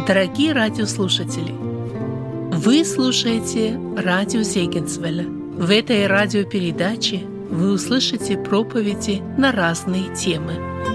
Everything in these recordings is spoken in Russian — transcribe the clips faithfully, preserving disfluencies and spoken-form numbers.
Дорогие радиослушатели, вы слушаете радио Зегенсвелля. В этой радиопередаче вы услышите проповеди на разные темы.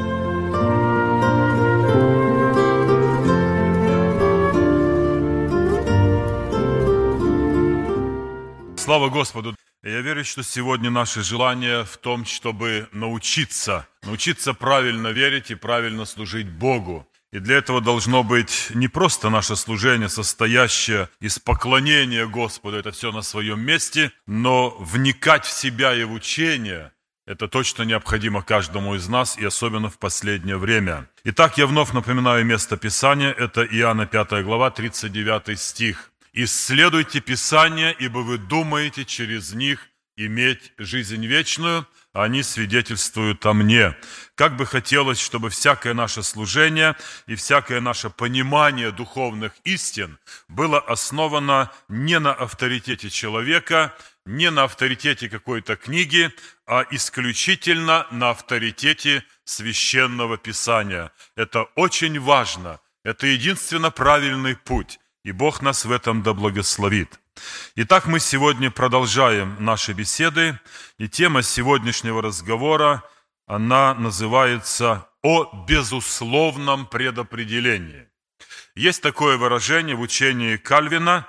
Слава Господу! Я верю, что сегодня наше желание в том, чтобы научиться, научиться правильно верить и правильно служить Богу. И для этого должно быть не просто наше служение, состоящее из поклонения Господу, это все на своем месте, но вникать в себя и в учение – это точно необходимо каждому из нас, и особенно в последнее время. Итак, я вновь напоминаю место Писания, это Иоанна пятая глава, тридцать девятый стих. «Исследуйте Писания, ибо вы думаете через них иметь жизнь вечную, а они свидетельствуют о мне». Как бы хотелось, чтобы всякое наше служение и всякое наше понимание духовных истин было основано не на авторитете человека, не на авторитете какой-то книги, а исключительно на авторитете Священного Писания. Это очень важно, это единственно правильный путь. И Бог нас в этом да благословит. Итак, мы сегодня продолжаем наши беседы, и тема сегодняшнего разговора, она называется «О безусловном предопределении». Есть такое выражение в учении Кальвина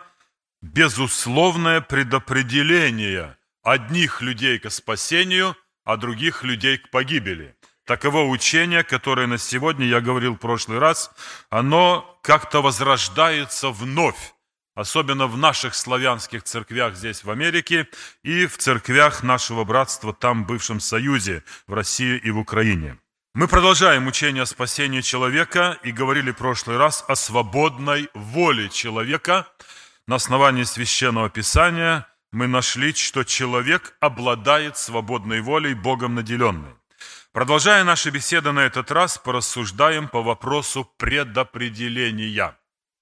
«безусловное предопределение одних людей к спасению, а других людей к погибели». Таково учение, которое на сегодня, я говорил в прошлый раз, оно как-то возрождается вновь, особенно в наших славянских церквях здесь, в Америке, и в церквях нашего братства там, в бывшем Союзе, в России и в Украине. Мы продолжаем учение о спасении человека и говорили в прошлый раз о свободной воле человека. На основании Священного Писания мы нашли, что человек обладает свободной волей, Богом наделенной. Продолжая наши беседы на этот раз, порассуждаем по вопросу предопределения.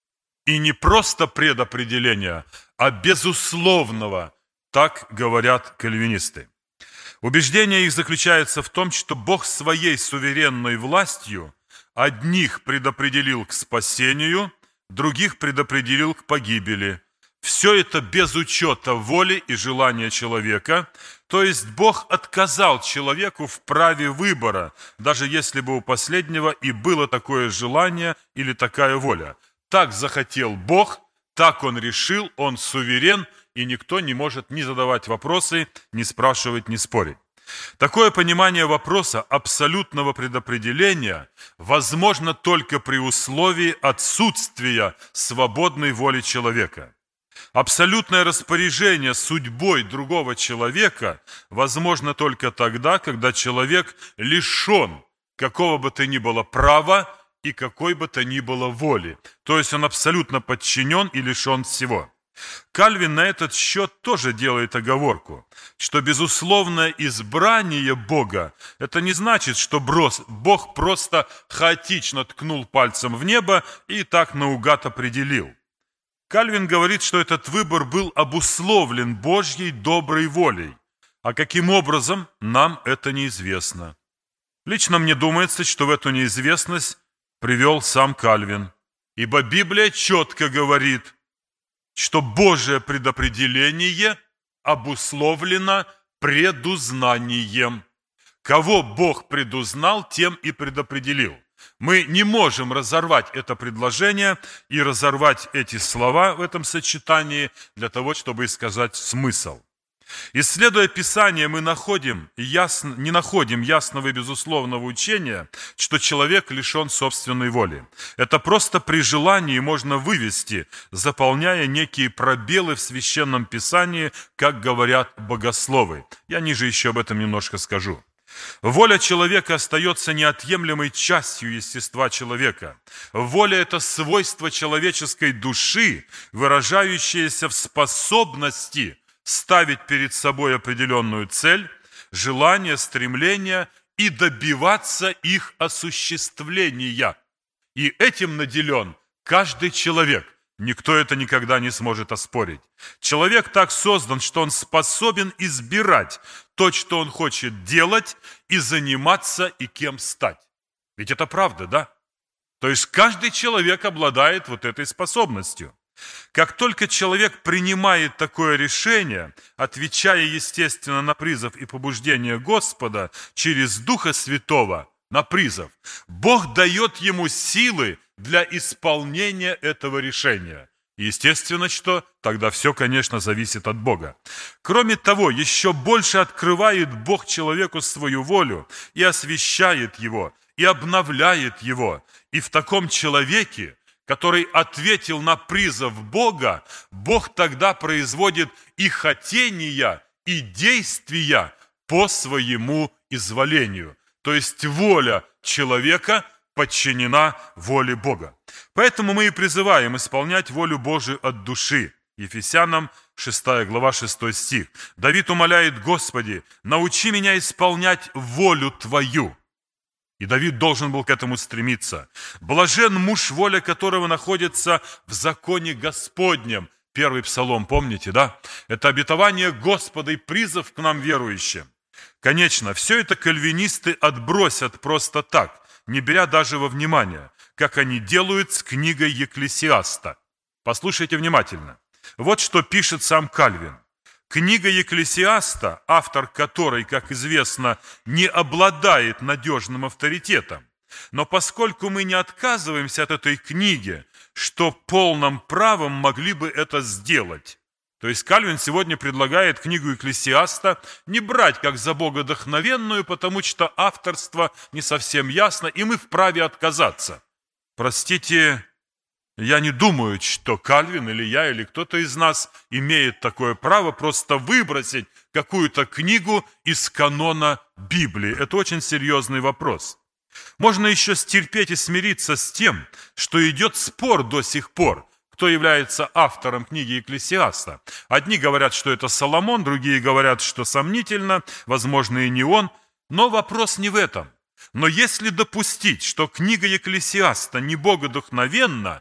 И не просто предопределения, а безусловного, так говорят кальвинисты. Убеждение их заключается в том, что Бог своей суверенной властью одних предопределил к спасению, других предопределил к погибели. Все это без учета воли и желания человека, то есть Бог отказал человеку в праве выбора, даже если бы у последнего и было такое желание или такая воля. Так захотел Бог, так Он решил, Он суверен, и никто не может ни задавать вопросы, ни спрашивать, ни спорить. Такое понимание вопроса абсолютного предопределения возможно только при условии отсутствия свободной воли человека. Абсолютное распоряжение судьбой другого человека возможно только тогда, когда человек лишен какого бы то ни было права и какой бы то ни было воли. То есть он абсолютно подчинен и лишен всего. Кальвин на этот счет тоже делает оговорку, что безусловное избрание Бога, это не значит, что Бог просто хаотично ткнул пальцем в небо и так наугад определил. Кальвин говорит, что этот выбор был обусловлен Божьей доброй волей. А каким образом, нам это неизвестно. Лично мне думается, что в эту неизвестность привел сам Кальвин. Ибо Библия четко говорит, что Божие предопределение обусловлено предузнанием. Кого Бог предузнал, тем и предопределил. Мы не можем разорвать это предложение и разорвать эти слова в этом сочетании для того, чтобы сказать смысл. Исследуя Писание, мы находим ясно, не находим ясного и безусловного учения, что человек лишен собственной воли. Это просто при желании можно вывести, заполняя некие пробелы в Священном Писании, как говорят богословы. Я ниже еще об этом немножко скажу. Воля человека остается неотъемлемой частью естества человека. Воля – это свойство человеческой души, выражающееся в способности ставить перед собой определенную цель, желание, стремление и добиваться их осуществления. И этим наделен каждый человек. Никто это никогда не сможет оспорить. Человек так создан, что он способен избирать то, что он хочет делать, и заниматься, и кем стать. Ведь это правда, да? То есть каждый человек обладает вот этой способностью. Как только человек принимает такое решение, отвечая, естественно, на призыв и побуждение Господа через Духа Святого, на призыв, Бог дает ему силы для исполнения этого решения. Естественно, что тогда все, конечно, зависит от Бога. Кроме того, еще больше открывает Бог человеку свою волю и освящает его, и обновляет его. И в таком человеке, который ответил на призыв Бога, Бог тогда производит и хотения, и действия по своему изволению. То есть воля человека подчинена воле Бога. Поэтому мы и призываем исполнять волю Божию от души. Ефесянам шестая глава, шестой стих. Давид умоляет: «Господи, научи меня исполнять волю Твою». И Давид должен был к этому стремиться. «Блажен муж, воля которого находится в законе Господнем». Первый псалом, помните, да? Это обетование Господа и призыв к нам верующим. Конечно, все это кальвинисты отбросят просто так, не беря даже во внимание, как они делают с книгой Екклесиаста. Послушайте внимательно. Вот что пишет сам Кальвин. Книга Екклесиаста, автор которой, как известно, не обладает надежным авторитетом. Но поскольку мы не отказываемся от этой книги, что полным правом могли бы это сделать. То есть Кальвин сегодня предлагает книгу Екклесиаста не брать как за богодохновенную, потому что авторство не совсем ясно, и мы вправе отказаться. Простите, я не думаю, что Кальвин или я, или кто-то из нас имеет такое право просто выбросить какую-то книгу из канона Библии. Это очень серьезный вопрос. Можно еще стерпеть и смириться с тем, что идет спор до сих пор, кто является автором книги Екклесиаста. Одни говорят, что это Соломон, другие говорят, что сомнительно, возможно, и не он. Но вопрос не в этом. Но если допустить, что книга Екклесиаста не богодухновенна,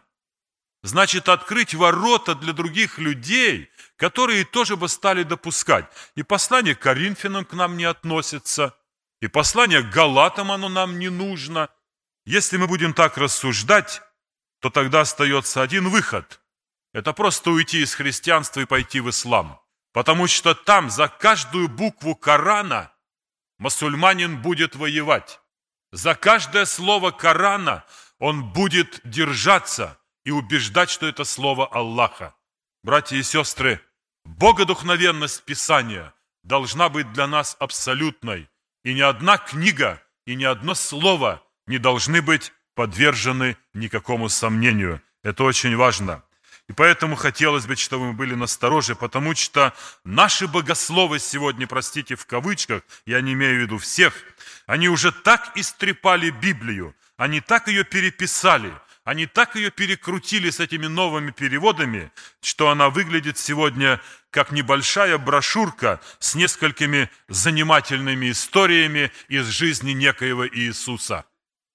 значит открыть ворота для других людей, которые тоже бы стали допускать. И послание к Коринфянам к нам не относится, и послание к Галатам оно нам не нужно. Если мы будем так рассуждать, то тогда остается один выход. Это просто уйти из христианства и пойти в ислам. Потому что там за каждую букву Корана мусульманин будет воевать. За каждое слово Корана он будет держаться и убеждать, что это слово Аллаха. Братья и сестры, богодухновенность Писания должна быть для нас абсолютной. И ни одна книга, и ни одно слово не должны быть подвержены никакому сомнению. Это очень важно. И поэтому хотелось бы, чтобы мы были настороже, потому что наши богословы сегодня, простите, в кавычках, я не имею в виду всех, они уже так истрепали Библию, они так ее переписали, они так ее перекрутили с этими новыми переводами, что она выглядит сегодня как небольшая брошюрка с несколькими занимательными историями из жизни некоего Иисуса.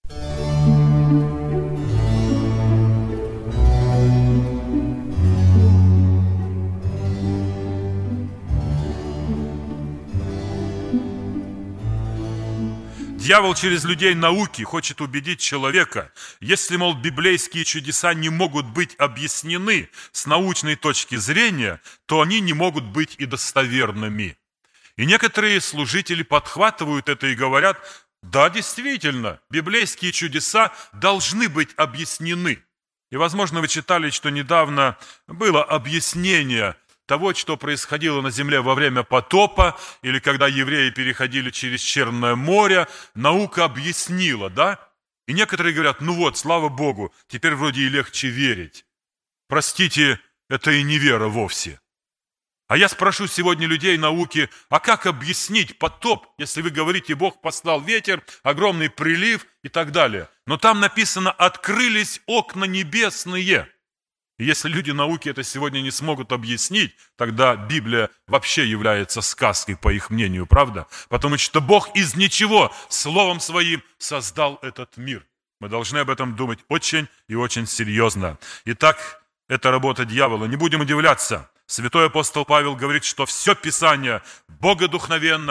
Дьявол через людей науки хочет убедить человека, если, мол, библейские чудеса не могут быть объяснены с научной точки зрения, то они не могут быть и достоверными. И некоторые служители подхватывают это и говорят: да, действительно, библейские чудеса должны быть объяснены. И, возможно, вы читали, что недавно было объяснение того, что происходило на земле во время потопа, или когда евреи переходили через Черное море, наука объяснила, да? И некоторые говорят: ну вот, слава Богу, теперь вроде и легче верить. Простите, это и не вера вовсе. А я спрошу сегодня людей науки: а как объяснить потоп, если вы говорите, Бог послал ветер, огромный прилив и так далее? Но там написано: открылись окна небесные. И если люди науки это сегодня не смогут объяснить, тогда Библия вообще является сказкой, по их мнению, правда? Потому что Бог из ничего Словом Своим создал этот мир. Мы должны об этом думать очень и очень серьезно. Итак, это работа дьявола. Не будем удивляться. Святой апостол Павел говорит, что все Писание богодухновенно и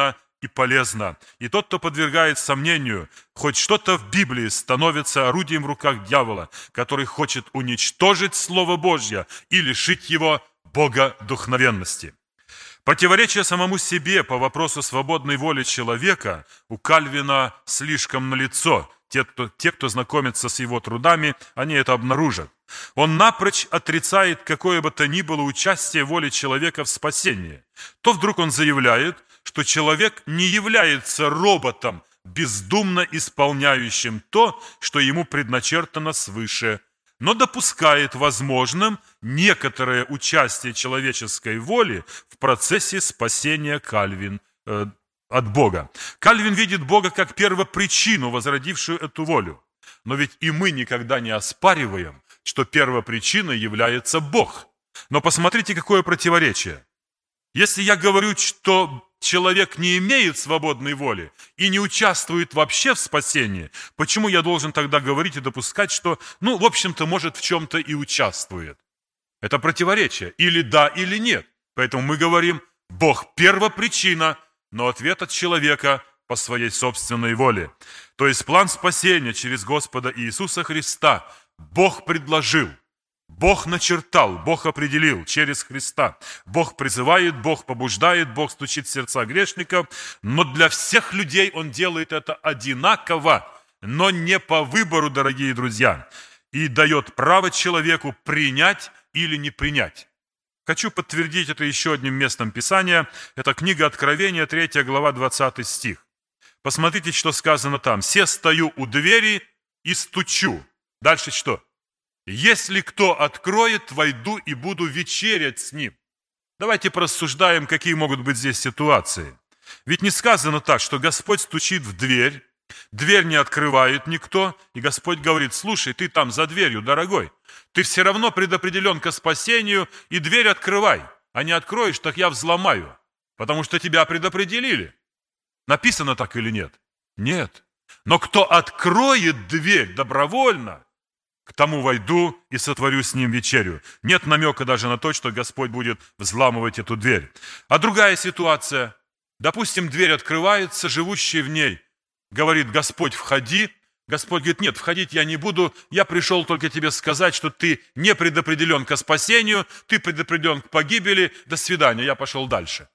и полезно. И тот, кто подвергает сомнению хоть что-то в Библии, становится орудием в руках дьявола, который хочет уничтожить Слово Божье и лишить его богодухновенности. Противоречие самому себе по вопросу свободной воли человека у Кальвина слишком налицо. Те кто, те, кто знакомится с его трудами, они это обнаружат. Он напрочь отрицает какое бы то ни было участие воли человека в спасении. То вдруг он заявляет, что человек не является роботом, бездумно исполняющим то, что ему предначертано свыше, но допускает возможным некоторое участие человеческой воли в процессе спасения Кальвин э, от Бога. Кальвин видит Бога как первопричину, возродившую эту волю. Но ведь и мы никогда не оспариваем, что первопричиной является Бог. Но посмотрите, какое противоречие. Если я говорю, что человек не имеет свободной воли и не участвует вообще в спасении, почему я должен тогда говорить и допускать, что, ну, в общем-то, может, в чем-то и участвует? Это противоречие. Или да, или нет. Поэтому мы говорим, Бог первопричина, но ответ от человека по своей собственной воле. То есть план спасения через Господа Иисуса Христа Бог предложил, Бог начертал, Бог определил через Христа. Бог призывает, Бог побуждает, Бог стучит в сердца грешников, но для всех людей Он делает это одинаково, но не по выбору, дорогие друзья, и дает право человеку принять или не принять. Хочу подтвердить это еще одним местом Писания. Это книга Откровения, третья глава, двадцатый стих. Посмотрите, что сказано там. «Се стою у двери и стучу». Дальше что? «Если кто откроет, войду и буду вечерять с ним». Давайте порассуждаем, какие могут быть здесь ситуации. Ведь не сказано так, что Господь стучит в дверь, дверь не открывает никто, и Господь говорит: слушай, ты там за дверью, дорогой, ты все равно предопределен ко спасению, и дверь открывай, а не откроешь, так я взломаю, потому что тебя предопределили. Написано так или нет? Нет. Но кто откроет дверь добровольно, к тому войду и сотворю с ним вечерю. Нет намека даже на то, что Господь будет взламывать эту дверь. А другая ситуация. Допустим, дверь открывается, живущий в ней говорит: Господь, входи. Господь говорит: нет, входить я не буду, я пришел только тебе сказать, что ты не предопределен ко спасению, ты предопределен к погибели, до свидания, я пошел дальше.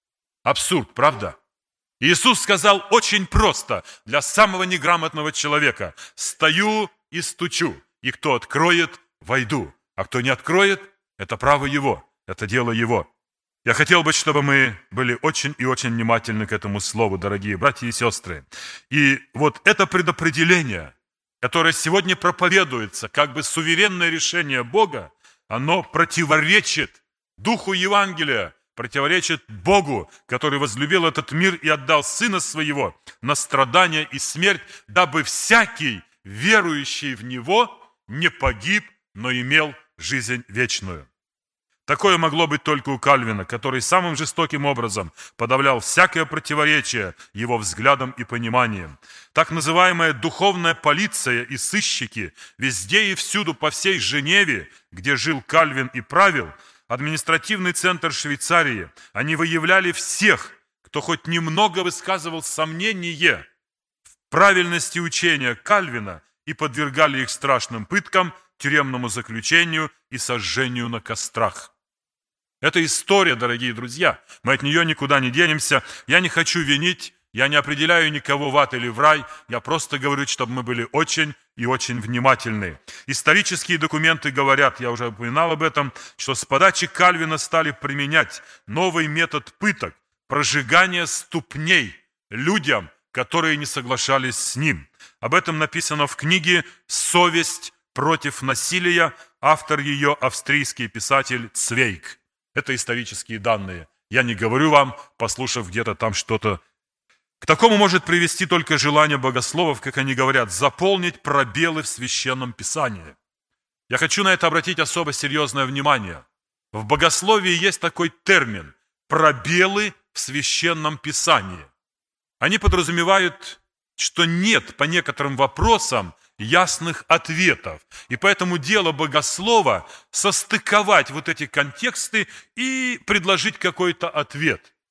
Абсурд, правда? Иисус сказал очень просто для самого неграмотного человека: стою и стучу, и кто откроет, войду, а кто не откроет, это право его, это дело его. Я хотел бы, чтобы мы были очень и очень внимательны к этому слову, дорогие братья и сестры. И вот это предопределение, которое сегодня проповедуется, как бы суверенное решение Бога, оно противоречит духу Евангелия, противоречит Богу, который возлюбил этот мир и отдал Сына Своего на страдания и смерть, дабы всякий, верующий в Него, не погиб, но имел жизнь вечную. Такое могло быть только у Кальвина, который самым жестоким образом подавлял всякое противоречие его взглядам и пониманиям. Так называемая духовная полиция и сыщики везде и всюду по всей Женеве, где жил Кальвин и правил, административный центр Швейцарии, они выявляли всех, кто хоть немного высказывал сомнение в правильности учения Кальвина, и подвергали их страшным пыткам, тюремному заключению и сожжению на кострах. Это история, дорогие друзья. Мы от нее никуда не денемся. Я не хочу винить, я не определяю никого в ад или в рай. Я просто говорю, чтобы мы были очень и очень внимательны. Исторические документы говорят, я уже упоминал об этом, что с подачи Кальвина стали применять новый метод пыток – прожигание ступней людям, которые не соглашались с ним. Об этом написано в книге «Совесть против насилия», автор ее австрийский писатель Цвейг. Это исторические данные. Я не говорю вам, послушав где-то там что-то. К такому может привести только желание богословов, как они говорят, заполнить пробелы в Священном Писании. Я хочу на это обратить особо серьезное внимание. В богословии есть такой термин – пробелы в Священном Писании. Они подразумевают, что нет по некоторым вопросам ясных ответов. И поэтому дело богослова состыковать вот эти контексты и предложить какой-то ответ.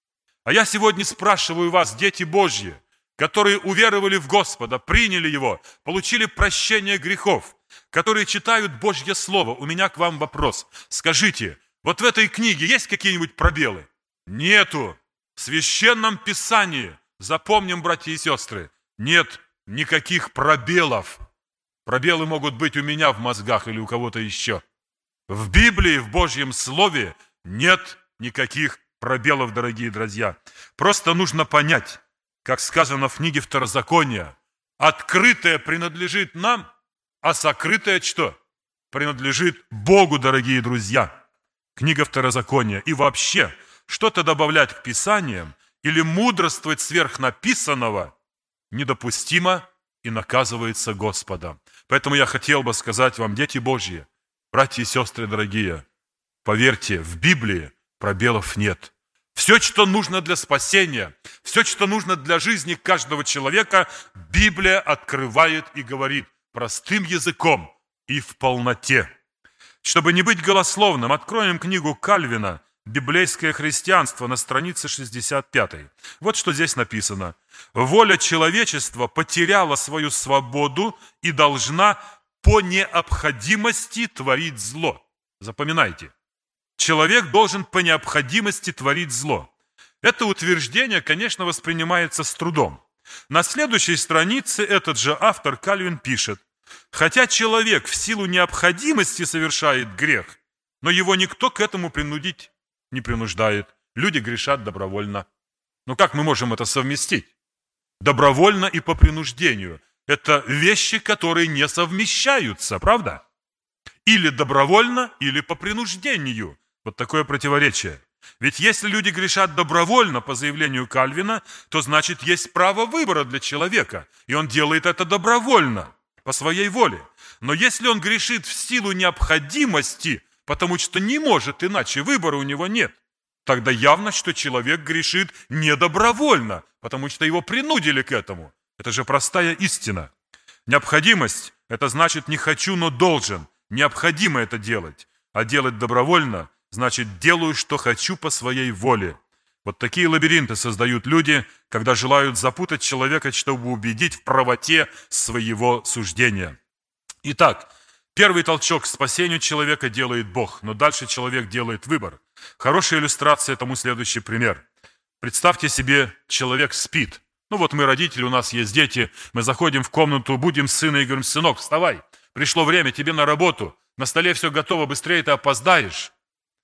А я сегодня спрашиваю вас, дети Божьи, которые уверовали в Господа, приняли Его, получили прощение грехов, которые читают Божье Слово. У меня к вам вопрос. Скажите, вот в этой книге есть какие-нибудь пробелы? Нету. В Священном Писании, запомним, братья и сестры, нет никаких пробелов. Пробелы могут быть у меня в мозгах или у кого-то еще. В Библии, в Божьем Слове нет никаких пробелов, дорогие друзья. Просто нужно понять, как сказано в книге Второзакония, открытое принадлежит нам, а сокрытое что? Принадлежит Богу, дорогие друзья. Книга Второзакония. И вообще, что-то добавлять к Писаниям или мудрствовать сверх написанного недопустимо и наказывается Господом. Поэтому я хотел бы сказать вам, дети Божьи, братья и сестры дорогие, поверьте, в Библии пробелов нет. Все, что нужно для спасения, все, что нужно для жизни каждого человека, Библия открывает и говорит простым языком и в полноте. Чтобы не быть голословным, откроем книгу Кальвина «Библейское христианство» на странице шестьдесят пятой. Вот что здесь написано. «Воля человечества потеряла свою свободу и должна по необходимости творить зло». Запоминайте. Человек должен по необходимости творить зло. Это утверждение, конечно, воспринимается с трудом. На следующей странице этот же автор Кальвин пишет: «Хотя человек в силу необходимости совершает грех, но его никто к этому принудить не принуждает. Люди грешат добровольно». Ну как мы можем это совместить? Добровольно и по принуждению. Это вещи, которые не совмещаются, правда? Или добровольно, или по принуждению. Вот такое противоречие. Ведь если люди грешат добровольно, по заявлению Кальвина, то значит есть право выбора для человека, и он делает это добровольно, по своей воле. Но если он грешит в силу необходимости, потому что не может иначе, выбора у него нет, тогда явно, что человек грешит недобровольно, потому что его принудили к этому. Это же простая истина. Необходимость – это значит не хочу, но должен. Необходимо это делать. А делать добровольно – значит делаю, что хочу по своей воле. Вот такие лабиринты создают люди, когда желают запутать человека, чтобы убедить в правоте своего суждения. Итак, первый толчок к спасению человека делает Бог, но дальше человек делает выбор. Хорошая иллюстрация тому следующий пример. Представьте себе, человек спит. Ну вот мы родители, у нас есть дети, мы заходим в комнату, будем сына и говорим: сынок, вставай, пришло время, тебе на работу, на столе все готово, быстрее ты опоздаешь.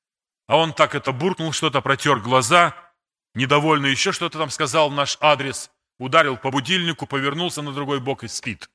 А он так это буркнул, что-то протер глаза, недовольно еще что-то там сказал в наш адрес, ударил по будильнику, повернулся на другой бок и спит.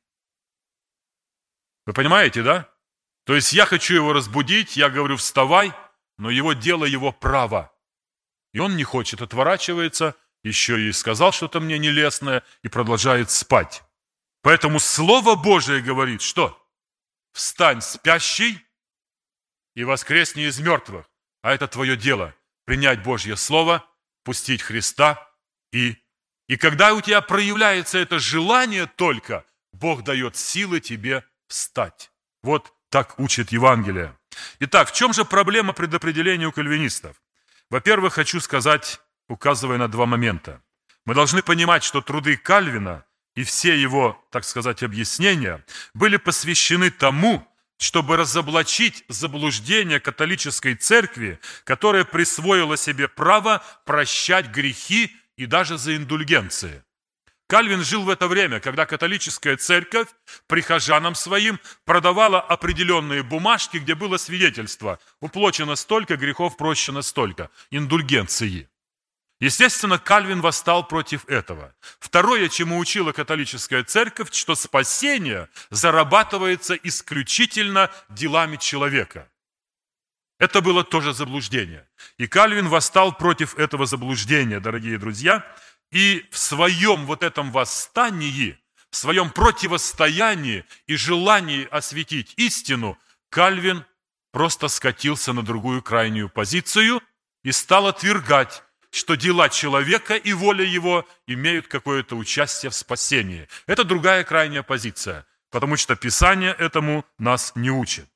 Вы понимаете, да? То есть я хочу его разбудить, я говорю: вставай, но его дело, его право. И он не хочет, отворачивается, еще и сказал что-то мне нелестное и продолжает спать. Поэтому Слово Божие говорит, что? Встань, спящий, и воскресни из мертвых. А это твое дело – принять Божье Слово, пустить Христа. И, и когда у тебя проявляется это желание только, Бог дает силы тебе встать. Вот так учит Евангелие. Итак, в чем же проблема предопределения у кальвинистов? Во-первых, хочу сказать, указывая на два момента. Мы должны понимать, что труды Кальвина и все его, так сказать, объяснения были посвящены тому, чтобы разоблачить заблуждение католической церкви, которая присвоила себе право прощать грехи и даже за индульгенции. Кальвин жил в это время, когда католическая церковь прихожанам своим продавала определенные бумажки, где было свидетельство: уплочено столько, грехов прощено столько, индульгенции. Естественно, Кальвин восстал против этого. Второе, чему учила католическая церковь, что спасение зарабатывается исключительно делами человека. Это было тоже заблуждение. И Кальвин восстал против этого заблуждения, дорогие друзья. И в своем вот этом восстании, в своем противостоянии и желании осветить истину, Кальвин просто скатился на другую крайнюю позицию и стал отвергать, что дела человека и воля его имеют какое-то участие в спасении. Это другая крайняя позиция, потому что Писание этому нас не учит.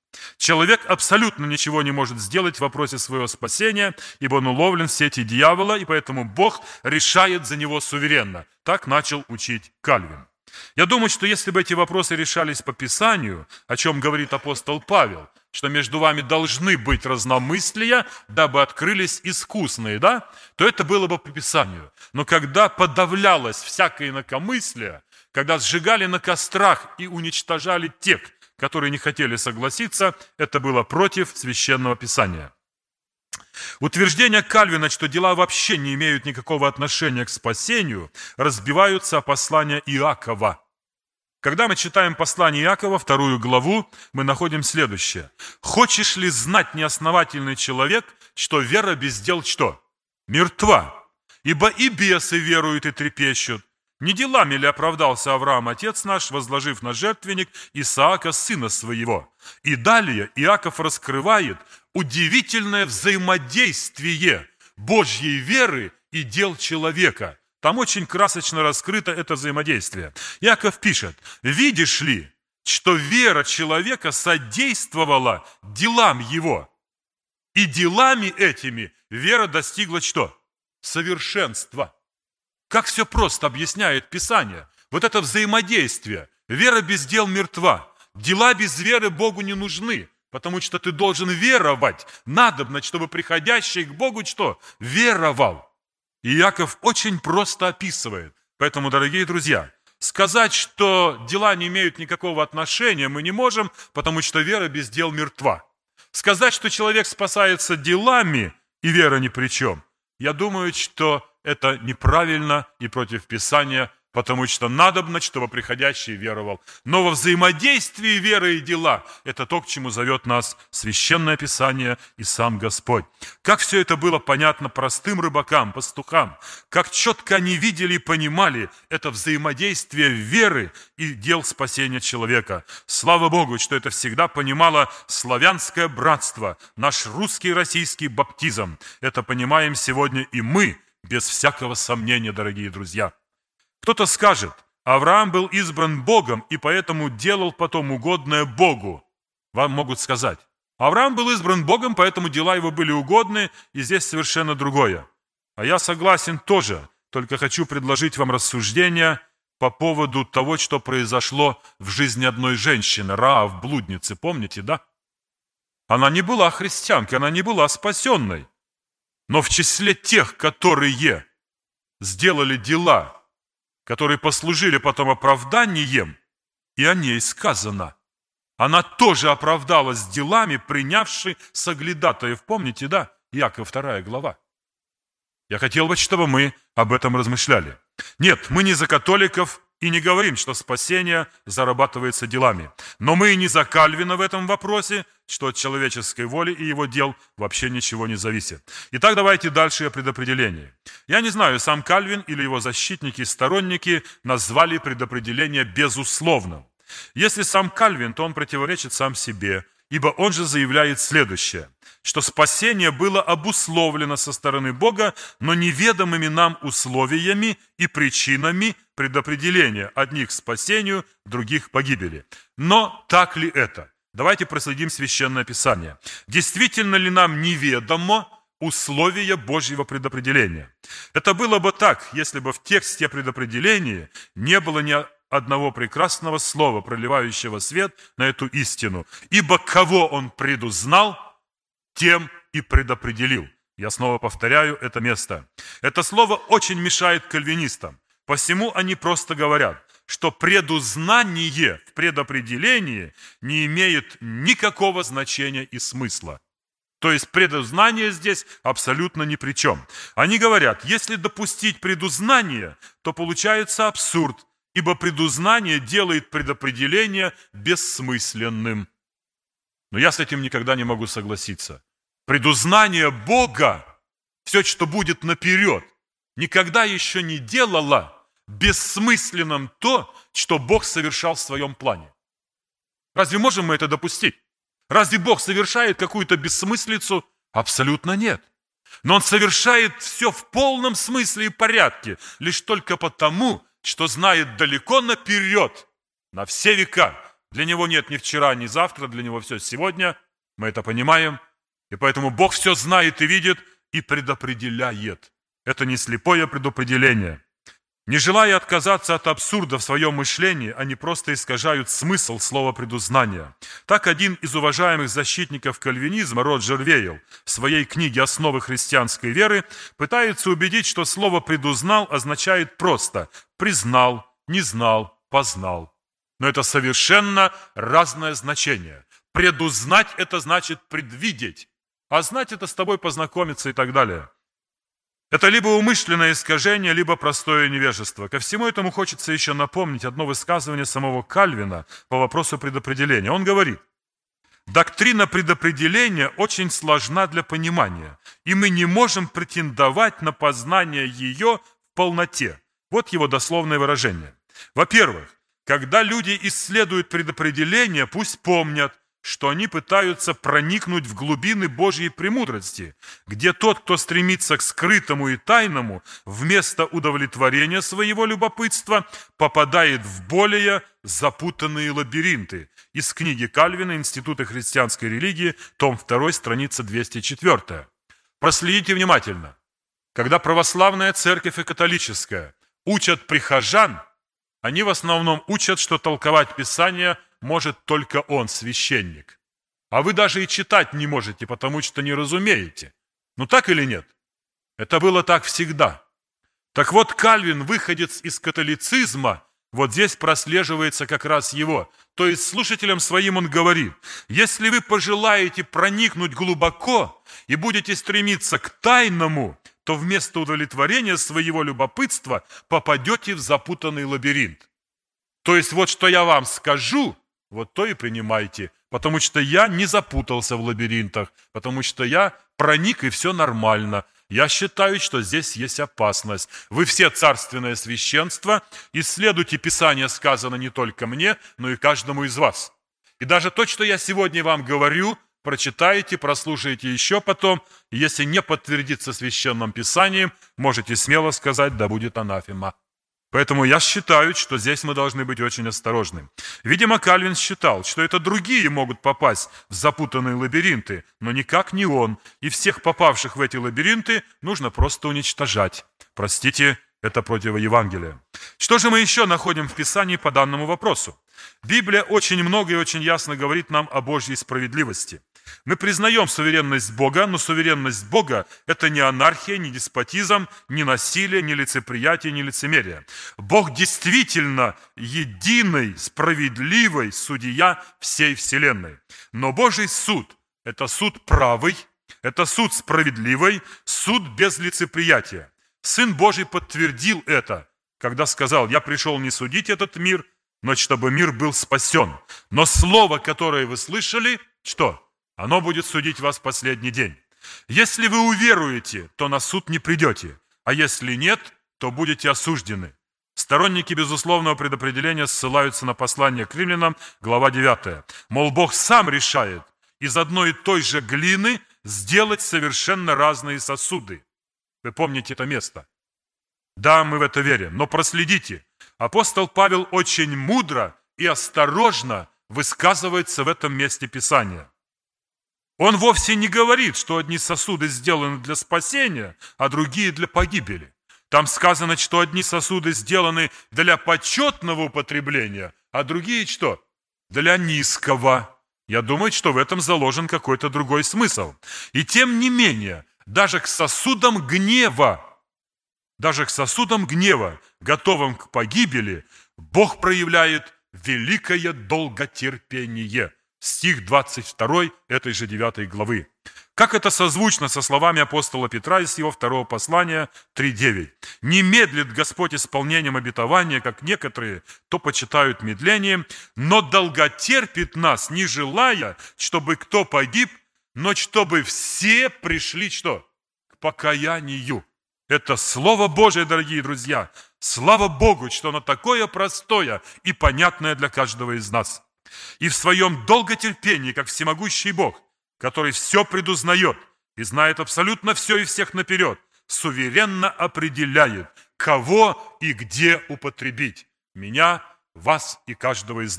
Человек абсолютно ничего не может сделать в вопросе своего спасения, ибо он уловлен в сети дьявола, и поэтому Бог решает за него суверенно. Так начал учить Кальвин. Я думаю, что если бы эти вопросы решались по Писанию, о чем говорит апостол Павел, что между вами должны быть разномыслия, дабы открылись искусные, да, то это было бы по Писанию. Но когда подавлялось всякое инакомыслие, когда сжигали на кострах и уничтожали тех, которые не хотели согласиться, это было против Священного Писания. Утверждения Кальвина, что дела вообще не имеют никакого отношения к спасению, разбиваются о послание Иакова. Когда мы читаем послание Иакова, вторую главу, мы находим следующее. «Хочешь ли знать, неосновательный человек, что вера без дел что? Мертва. Ибо и бесы веруют и трепещут. Не делами ли оправдался Авраам, отец наш, возложив на жертвенник Исаака, сына своего?» И далее Иаков раскрывает удивительное взаимодействие Божьей веры и дел человека. Там очень красочно раскрыто это взаимодействие. Иаков пишет: «Видишь ли, что вера человека содействовала делам его, и делами этими вера достигла что? Совершенства». Как все просто объясняет Писание. Вот это взаимодействие. Вера без дел мертва. Дела без веры Богу не нужны, потому что ты должен веровать. Надобно, чтобы приходящий к Богу что? Веровал. И Иаков очень просто описывает. Поэтому, дорогие друзья, сказать, что дела не имеют никакого отношения, мы не можем, потому что вера без дел мертва. Сказать, что человек спасается делами, и вера ни при чем, я думаю, что это неправильно и против Писания, потому что надобно, чтобы приходящий веровал. Но во взаимодействии веры и дела – это то, к чему зовет нас Священное Писание и сам Господь. Как все это было понятно простым рыбакам, пастухам, как четко они видели и понимали это взаимодействие веры и дел спасения человека. Слава Богу, что это всегда понимало славянское братство, наш русский и российский баптизм. Это понимаем сегодня и мы, без всякого сомнения, дорогие друзья. Кто-то скажет: Авраам был избран Богом и поэтому делал потом угодное Богу. Вам могут сказать: Авраам был избран Богом, поэтому дела его были угодны, и здесь совершенно другое. А я согласен тоже, только хочу предложить вам рассуждения по поводу того, что произошло в жизни одной женщины, Раав, блудницы, помните, да? Она не была христианкой, она не была спасенной. Но в числе тех, которые сделали дела, которые послужили потом оправданием, и о ней сказано. Она тоже оправдалась делами, принявши соглядатаев. Помните, да? Иаков, вторая глава. Я хотел бы, чтобы мы об этом размышляли. Нет, мы не за католиков и не говорим, что спасение зарабатывается делами. Но мы и не за Кальвина в этом вопросе, что от человеческой воли и его дел вообще ничего не зависит. Итак, давайте дальше о предопределении. Я не знаю, сам Кальвин или его защитники и сторонники назвали предопределение безусловным. Если сам Кальвин, то он противоречит сам себе, ибо он же заявляет следующее, что спасение было обусловлено со стороны Бога, но неведомыми нам условиями и причинами предопределения, одних к спасению, других к погибели. Но так ли это? Давайте проследим Священное Писание. Действительно ли нам неведомо условия Божьего предопределения? Это было бы так, если бы в тексте предопределения не было ни одного прекрасного слова, проливающего свет на эту истину. Ибо кого он предузнал, тем и предопределил. Я снова повторяю это место. Это слово очень мешает кальвинистам. Посему они просто говорят, что предузнание в предопределении не имеет никакого значения и смысла. То есть предузнание здесь абсолютно ни при чем. Они говорят, если допустить предузнание, то получается абсурд, ибо предузнание делает предопределение бессмысленным. Но я с этим никогда не могу согласиться. Предузнание Бога, все, что будет наперед, никогда еще не делало бессмысленным то, что Бог совершал в своем плане. Разве можем мы это допустить? Разве Бог совершает какую-то бессмыслицу? Абсолютно нет. Но Он совершает все в полном смысле и порядке, лишь только потому, что знает далеко наперед, на все века, Для него нет ни вчера, ни завтра, для него все сегодня. Мы это понимаем. И поэтому Бог все знает и видит, и предопределяет. Это не слепое предопределение. Не желая отказаться от абсурда в своем мышлении, они просто искажают смысл слова предузнания. Так один из уважаемых защитников кальвинизма, Роджер Вейл, в своей книге «Основы христианской веры» пытается убедить, что слово «предузнал» означает просто «признал», «не знал», «познал». Но это совершенно разное значение. Предузнать – это значит предвидеть, а знать – это с тобой познакомиться и так далее. Это либо умышленное искажение, либо простое невежество. Ко всему этому хочется еще напомнить одно высказывание самого Кальвина по вопросу предопределения. Он говорит: «Доктрина предопределения очень сложна для понимания, и мы не можем претендовать на познание ее в полноте». Вот его дословное выражение. Во-первых, когда люди исследуют предопределение, пусть помнят, что они пытаются проникнуть в глубины Божьей премудрости, где тот, кто стремится к скрытому и тайному, вместо удовлетворения своего любопытства, попадает в более запутанные лабиринты. Из книги Кальвина «Институты христианской религии», том два, страница двести четыре. Проследите внимательно. Когда православная церковь и католическая учат прихожан, они в основном учат, что толковать Писание может только он, священник. А вы даже и читать не можете, потому что не разумеете. Ну так или нет? Это было так всегда. Так вот, Кальвин, выходец из католицизма, вот здесь прослеживается как раз его. То есть слушателям своим он говорит: если вы пожелаете проникнуть глубоко и будете стремиться к тайному, то вместо удовлетворения своего любопытства попадете в запутанный лабиринт. То есть вот что я вам скажу, вот то и принимайте, потому что я не запутался в лабиринтах, потому что я проник, и все нормально. Я считаю, что здесь есть опасность. Вы все царственное священство, исследуйте Писание, сказано не только мне, но и каждому из вас. И даже то, что я сегодня вам говорю, прочитаете, прослушаете еще потом, и если не подтвердится священным Писанием, можете смело сказать: да будет анафема. Поэтому я считаю, что здесь мы должны быть очень осторожны. Видимо, Кальвин считал, что это другие могут попасть в запутанные лабиринты, но никак не он. И всех попавших в эти лабиринты нужно просто уничтожать. Простите, это против Евангелия. Что же мы еще находим в Писании по данному вопросу? Библия очень много и очень ясно говорит нам о Божьей справедливости. Мы признаем суверенность Бога, но суверенность Бога – это не анархия, не деспотизм, не насилие, не лицеприятие, не лицемерие. Бог действительно единый, справедливый судья всей вселенной. Но Божий суд – это суд правый, это суд справедливый, суд без лицеприятия. Сын Божий подтвердил это, когда сказал: «Я пришел не судить этот мир, но чтобы мир был спасен». Но слово, которое вы слышали, что? Оно будет судить вас в последний день. Если вы уверуете, то на суд не придете, а если нет, то будете осуждены. Сторонники безусловного предопределения ссылаются на послание к римлянам, глава девятая. Мол, Бог сам решает из одной и той же глины сделать совершенно разные сосуды. Вы помните это место? Да, мы в это верим, но проследите. Апостол Павел очень мудро и осторожно высказывается в этом месте Писания. Он вовсе не говорит, что одни сосуды сделаны для спасения, а другие для погибели. Там сказано, что одни сосуды сделаны для почетного употребления, а другие что? Для низкого. Я думаю, что в этом заложен какой-то другой смысл. И тем не менее, даже к сосудам гнева, даже к сосудам гнева, готовым к погибели, Бог проявляет великое долготерпение. Стих двадцать второй этой же девятой главы. Как это созвучно со словами апостола Петра из его второго послания три девять. «Не медлит Господь исполнением обетования, как некоторые, то почитают медлением, но долготерпит нас, не желая, чтобы кто погиб, но чтобы все пришли что? К покаянию». Это Слово Божие, дорогие друзья. Слава Богу, что оно такое простое и понятное для каждого из нас. И в своем долготерпении, как всемогущий Бог, который все предузнает и знает абсолютно все и всех наперед, суверенно определяет, кого и где употребить. Меня, вас и каждого из нас.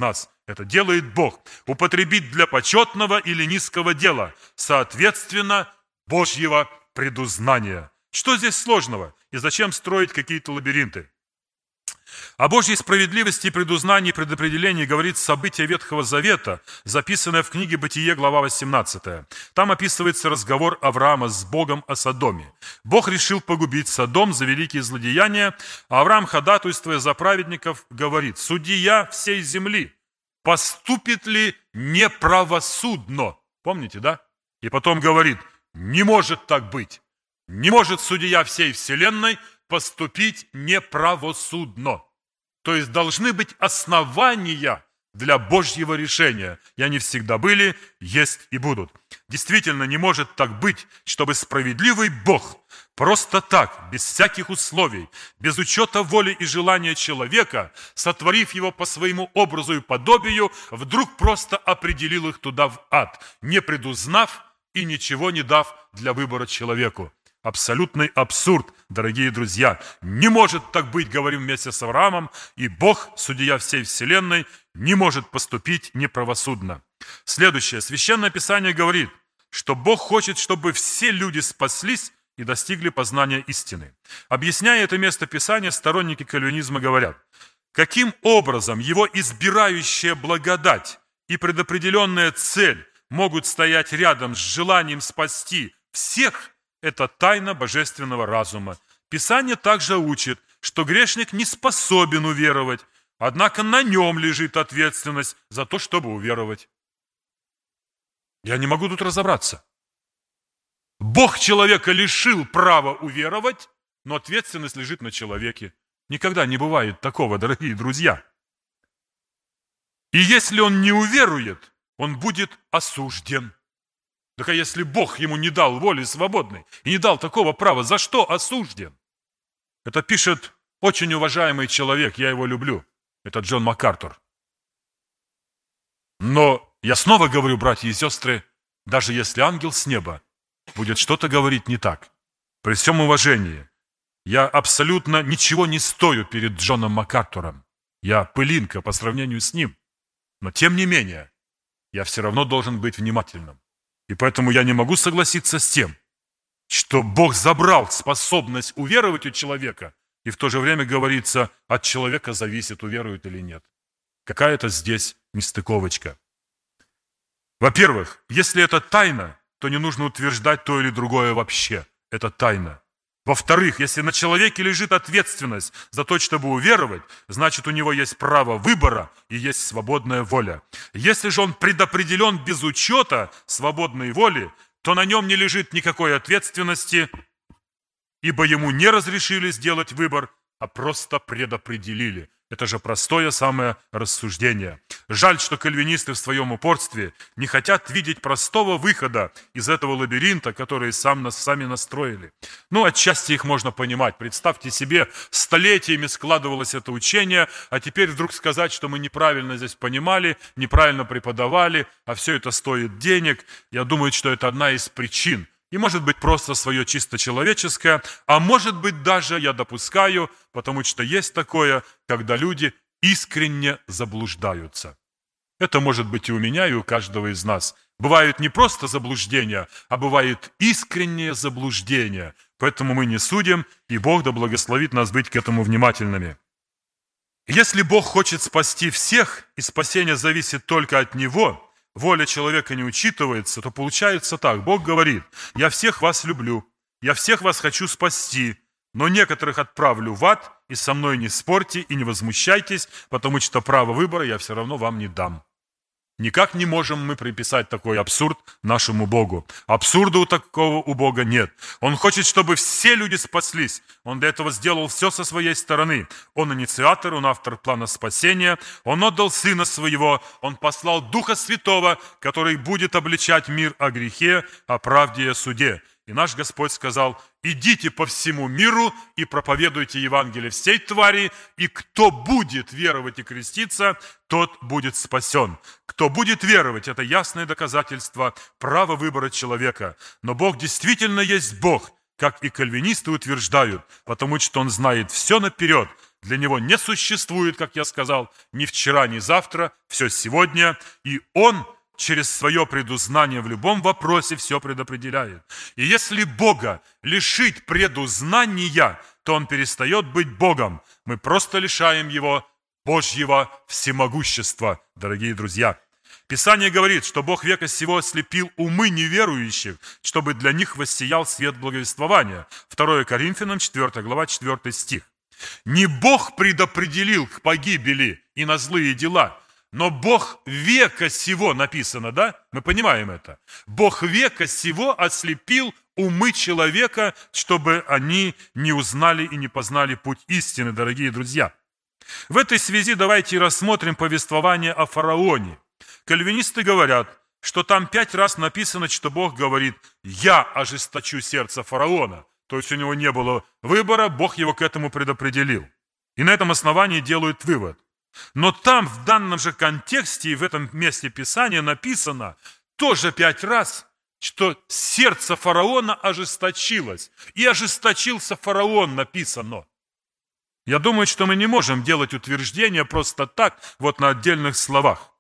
это делает Бог, употребить для почетного или низкого дела, соответственно, Божьего предузнания. Что здесь сложного? И зачем строить какие-то лабиринты? О Божьей справедливости, предузнании и предопределении говорит событие Ветхого Завета, записанное в книге «Бытие», глава восемнадцатая. Там описывается разговор Авраама с Богом о Содоме. Бог решил погубить Содом за великие злодеяния, а Авраам, ходатайствуя за праведников, говорит: «Судья всей земли, поступит ли неправосудно?» Помните, да? И потом говорит: «Не может так быть. Не может судья всей вселенной поступить неправосудно». То есть должны быть основания для Божьего решения. И они всегда были, есть и будут. Действительно, не может так быть, чтобы справедливый Бог просто так, без всяких условий, без учета воли и желания человека, сотворив его по своему образу и подобию, вдруг просто определил их туда в ад, не предузнав и ничего не дав для выбора человеку. Абсолютный абсурд, дорогие друзья. Не может так быть, говорим вместе с Авраамом, и Бог, судья всей вселенной, не может поступить неправосудно. Следующее. Священное Писание говорит, что Бог хочет, чтобы все люди спаслись и достигли познания истины. Объясняя это место Писания, сторонники кальвинизма говорят: каким образом его избирающая благодать и предопределенная цель могут стоять рядом с желанием спасти всех? Это тайна божественного разума. Писание также учит, что грешник не способен уверовать, однако на нем лежит ответственность за то, чтобы уверовать. Я не могу тут разобраться. Бог человека лишил права уверовать, но ответственность лежит на человеке. Никогда не бывает такого, дорогие друзья. И если он не уверует, он будет осужден. Так а если Бог ему не дал воли свободной и не дал такого права, за что осужден? Это пишет очень уважаемый человек, я его люблю. Это Джон МакАртур. Но я снова говорю, братья и сестры, даже если ангел с неба будет что-то говорить не так, при всем уважении, я абсолютно ничего не стою перед Джоном МакАртуром. Я пылинка по сравнению с ним. Но тем не менее, я все равно должен быть внимательным. И поэтому я не могу согласиться с тем, что Бог забрал способность уверовать у человека, и в то же время говорится, от человека зависит, уверует или нет. Какая-то здесь нестыковочка. Во-первых, если это тайна, то не нужно утверждать то или другое вообще. Это тайна. Во-вторых, если на человеке лежит ответственность за то, чтобы уверовать, значит, у него есть право выбора и есть свободная воля. Если же он предопределен без учета свободной воли, то на нем не лежит никакой ответственности, ибо ему не разрешили сделать выбор, а просто предопределили. Это же простое самое рассуждение. Жаль, что кальвинисты в своем упорстве не хотят видеть простого выхода из этого лабиринта, который сам нас сами настроили. Ну, отчасти их можно понимать. Представьте себе, столетиями складывалось это учение, а теперь вдруг сказать, что мы неправильно здесь понимали, неправильно преподавали, а все это стоит денег. Я думаю, что это одна из причин. И может быть просто свое чисто человеческое, а может быть даже, я допускаю, потому что есть такое, когда люди искренне заблуждаются. Это может быть и у меня, и у каждого из нас. Бывают не просто заблуждения, а бывает искреннее заблуждение. Поэтому мы не судим, и Бог да благословит нас быть к этому внимательными. Если Бог хочет спасти всех, и спасение зависит только от Него, воля человека не учитывается, то получается так. Бог говорит: я всех вас люблю, я всех вас хочу спасти, но некоторых отправлю в ад, и со мной не спорьте и не возмущайтесь, потому что право выбора я все равно вам не дам. Никак не можем мы приписать такой абсурд нашему Богу. Абсурда у такого у Бога нет. Он хочет, чтобы все люди спаслись. Он для этого сделал все со своей стороны. Он инициатор, он автор плана спасения. Он отдал Сына Своего. Он послал Духа Святого, который будет обличать мир о грехе, о правде и о суде. И наш Господь сказал: идите по всему миру и проповедуйте Евангелие всей твари, и кто будет веровать и креститься, тот будет спасен. Кто будет веровать, это ясное доказательство права выбора человека. Но Бог действительно есть Бог, как и кальвинисты утверждают, потому что Он знает все наперед, для него не существует, как я сказал, ни вчера, ни завтра, все сегодня, и он через свое предузнание в любом вопросе все предопределяет. И если Бога лишить предузнания, то он перестает быть Богом. Мы просто лишаем его Божьего всемогущества, дорогие друзья. Писание говорит, что Бог века сего ослепил умы неверующих, чтобы для них воссиял свет благовествования. второе Коринфянам, четвёртая глава, четвёртый стих. Не Бог предопределил к погибели и на злые дела, но Бог века сего, написано, да? Мы понимаем это. Бог века сего ослепил умы человека, чтобы они не узнали и не познали путь истины, дорогие друзья. В этой связи давайте рассмотрим повествование о фараоне. Кальвинисты говорят, что там пять раз написано, что Бог говорит: «Я ожесточу сердце фараона». То есть у него не было выбора, Бог его к этому предопределил. И на этом основании делают вывод. Но там, в данном же контексте и в этом месте Писания написано тоже пять раз, что сердце фараона ожесточилось. И ожесточился фараон, написано. Я думаю, что мы не можем делать утверждения просто так, вот на отдельных словах.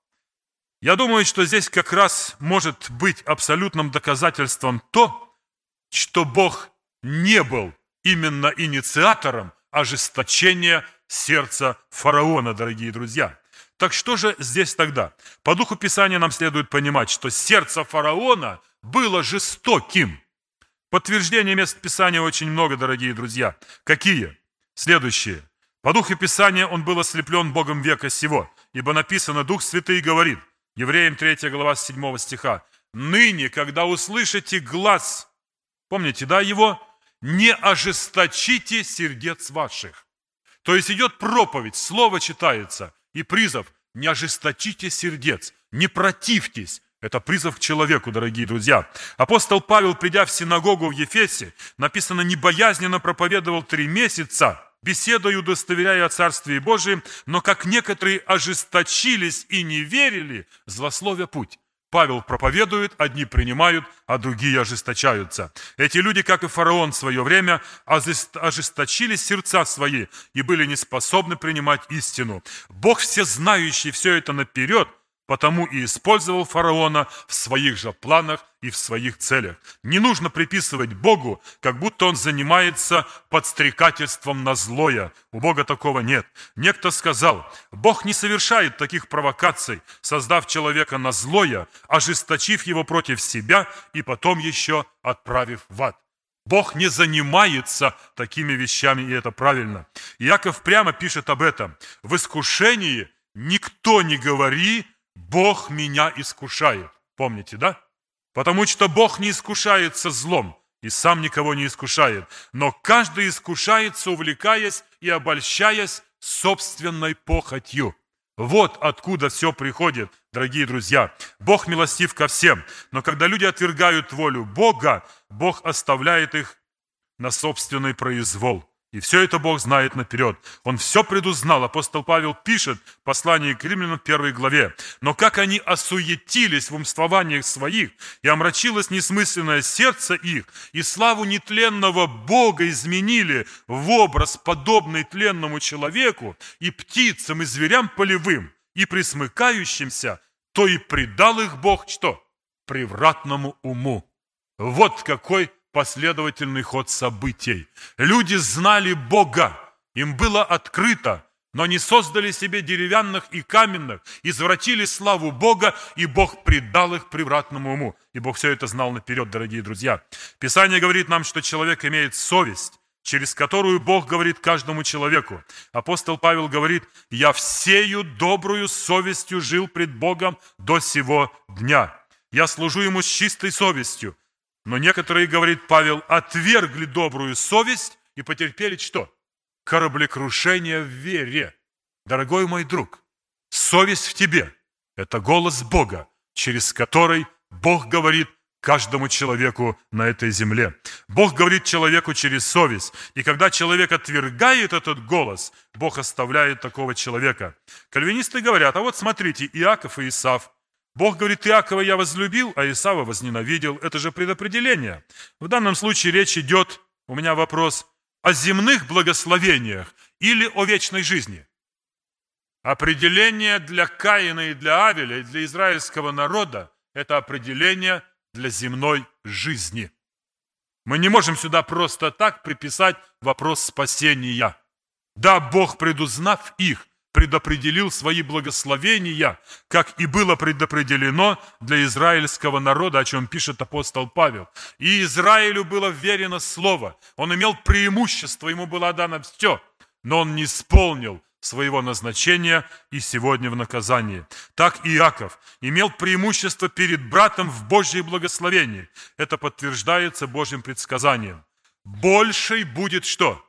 Я думаю, что здесь как раз может быть абсолютным доказательством то, что Бог не был именно инициатором ожесточения сердца фараона, дорогие друзья. Так что же здесь тогда? По духу Писания нам следует понимать, что сердце фараона было жестоким. Подтверждений мест Писания очень много, дорогие друзья. Какие? Следующие. По духу Писания он был ослеплен Богом века сего, ибо написано: Дух Святый говорит, Евреям третья глава с седьмого стиха: «Ныне, когда услышите глас», помните, да, его, «не ожесточите сердец ваших». То есть идет проповедь, слово читается, и призыв: не ожесточите сердец, не противьтесь. Это призыв к человеку, дорогие друзья. Апостол Павел, придя в синагогу в Ефесе, написано, небоязненно проповедовал три месяца, беседуя и удостоверяя о Царстве Божием, но как некоторые ожесточились и не верили, злословя путь. Павел проповедует, одни принимают, а другие ожесточаются. Эти люди, как и фараон в свое время, ожесточили сердца свои и были не способны принимать истину. Бог всезнающий все это наперед, потому и использовал фараона в своих же планах и в своих целях. Не нужно приписывать Богу, как будто он занимается подстрекательством на злое. У Бога такого нет. Некто сказал: Бог не совершает таких провокаций, создав человека на злое, ожесточив его против себя и потом еще отправив в ад. Бог не занимается такими вещами, и это правильно. Иаков прямо пишет об этом. В искушении никто не говори: Бог меня искушает. Помните, да? Потому что Бог не искушается злом и сам никого не искушает. Но каждый искушается, увлекаясь и обольщаясь собственной похотью. Вот откуда все приходит, дорогие друзья. Бог милостив ко всем. Но когда люди отвергают волю Бога, Бог оставляет их на собственный произвол. И все это Бог знает наперед. Он все предузнал. Апостол Павел пишет в послании к Римлянам в первой главе. Но как они осуетились в умствованиях своих, и омрачилось несмысленное сердце их, и славу нетленного Бога изменили в образ, подобный тленному человеку, и птицам, и зверям полевым, и присмыкающимся, то и предал их Бог что? Превратному уму. Вот какой последовательный ход событий. Люди знали Бога, им было открыто, но они создали себе деревянных и каменных, извратили славу Бога, и Бог предал их превратному уму. И Бог все это знал наперед, дорогие друзья. Писание говорит нам, что человек имеет совесть, через которую Бог говорит каждому человеку. Апостол Павел говорит: «Я всею добрую совестью жил пред Богом до сего дня. Я служу Ему с чистой совестью». Но некоторые, говорит Павел, отвергли добрую совесть и потерпели что? Кораблекрушение в вере. Дорогой мой друг, совесть в тебе – это голос Бога, через который Бог говорит каждому человеку на этой земле. Бог говорит человеку через совесть. И когда человек отвергает этот голос, Бог оставляет такого человека. Кальвинисты говорят: а вот смотрите, Иаков и Исав. Бог говорит: Иакова я возлюбил, а Исава возненавидел. Это же предопределение. В данном случае речь идет, у меня вопрос, о земных благословениях или о вечной жизни? Определение для Каина и для Авеля, и для израильского народа – это определение для земной жизни. Мы не можем сюда просто так приписать вопрос спасения. Да, Бог, предузнав их, предопределил свои благословения, как и было предопределено для израильского народа, о чем пишет апостол Павел. И Израилю было вверено слово. Он имел преимущество, ему было дано все, но он не исполнил своего назначения и сегодня в наказании. Так и Иаков имел преимущество перед братом в Божьей благословении. Это подтверждается Божьим предсказанием. Большей будет что?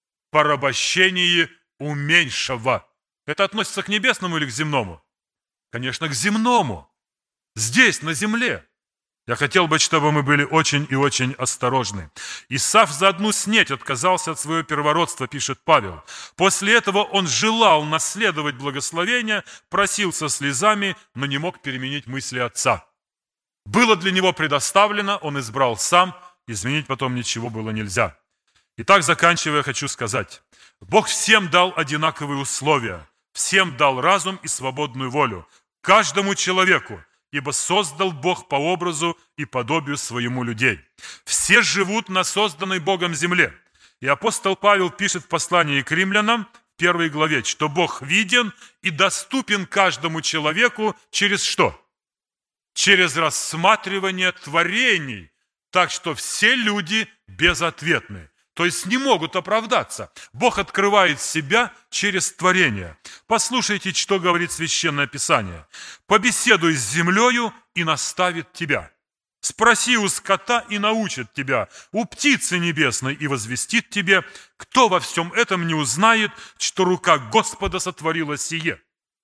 Порабощение у меньшего. Это относится к небесному или к земному? Конечно, к земному. Здесь, на земле. Я хотел бы, чтобы мы были очень и очень осторожны. Исав за одну снеть отказался от своего первородства, пишет Павел. После этого он желал наследовать благословение, просил со слезами, но не мог переменить мысли отца. Было для него предоставлено, он избрал сам, изменить потом ничего было нельзя. Итак, заканчивая, хочу сказать, Бог всем дал одинаковые условия, всем дал разум и свободную волю, каждому человеку, ибо создал Бог по образу и подобию своему людей. Все живут на созданной Богом земле. И апостол Павел пишет в послании к римлянам, в первой главе, что Бог виден и доступен каждому человеку через что? Через рассматривание творений, так что все люди безответны. То есть не могут оправдаться. Бог открывает себя через творение. Послушайте, что говорит Священное Писание. «Побеседуй с землею, и наставит тебя. Спроси у скота, и научит тебя, у птицы небесной, и возвестит тебе, кто во всем этом не узнает, что рука Господа сотворила сие».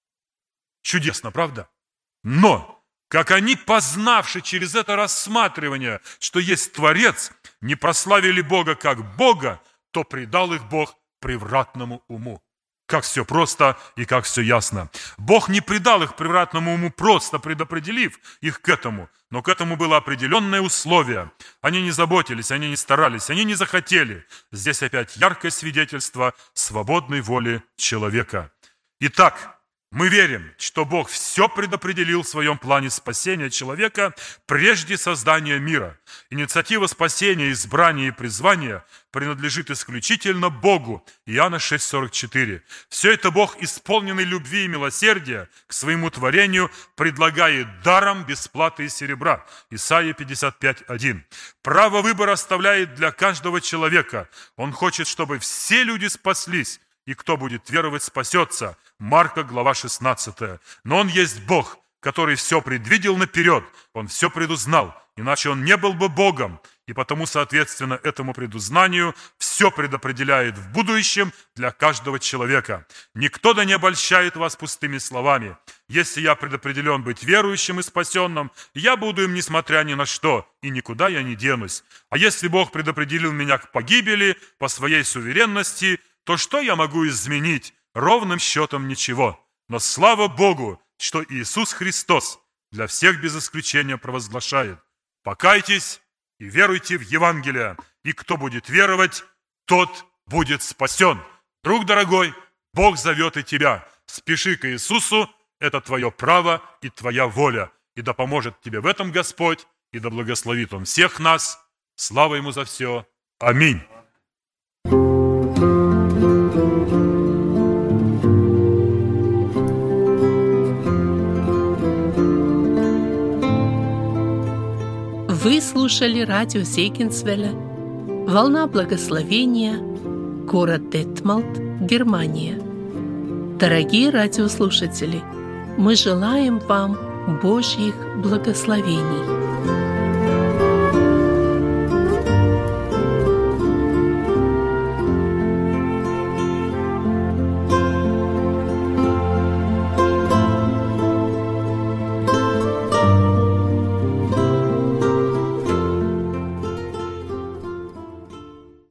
Чудесно, правда? Но как они, познавши через это рассматривание, что есть Творец, не прославили Бога как Бога, то предал их Бог превратному уму. Как все просто и как все ясно. Бог не предал их превратному уму, просто предопределив их к этому, но к этому было определенное условие. Они не заботились, они не старались, они не захотели. Здесь опять яркое свидетельство свободной воли человека. Итак, мы верим, что Бог все предопределил в своем плане спасения человека прежде создания мира. Инициатива спасения, избрания и призвания принадлежит исключительно Богу. Иоанна шесть сорок четыре. Все это Бог, исполненный любви и милосердия к своему творению, предлагает даром без платы и серебра. Исайя пятьдесят пять один. Право выбора оставляет для каждого человека. Он хочет, чтобы все люди спаслись. И кто будет веровать, спасется. Марка, глава шестнадцатая. Но Он есть Бог, который все предвидел наперед. Он все предузнал, иначе Он не был бы Богом. И потому, соответственно, этому предузнанию все предопределяет в будущем для каждого человека. Никто да не обольщает вас пустыми словами. Если я предопределен быть верующим и спасенным, я буду им несмотря ни на что, и никуда я не денусь. А если Бог предопределил меня к погибели по своей суверенности, то что я могу изменить? Ровным счетом ничего. Но слава Богу, что Иисус Христос для всех без исключения провозглашает: покайтесь и веруйте в Евангелие, и кто будет веровать, тот будет спасен. Друг дорогой, Бог зовет и тебя. Спеши к Иисусу, это твое право и твоя воля. И да поможет тебе в этом Господь, и да благословит Он всех нас. Слава Ему за все. Аминь. Вы слушали радио Зегенсвелля, «Волна благословения», город Детмалт, Германия. Дорогие радиослушатели, мы желаем вам Божьих благословений.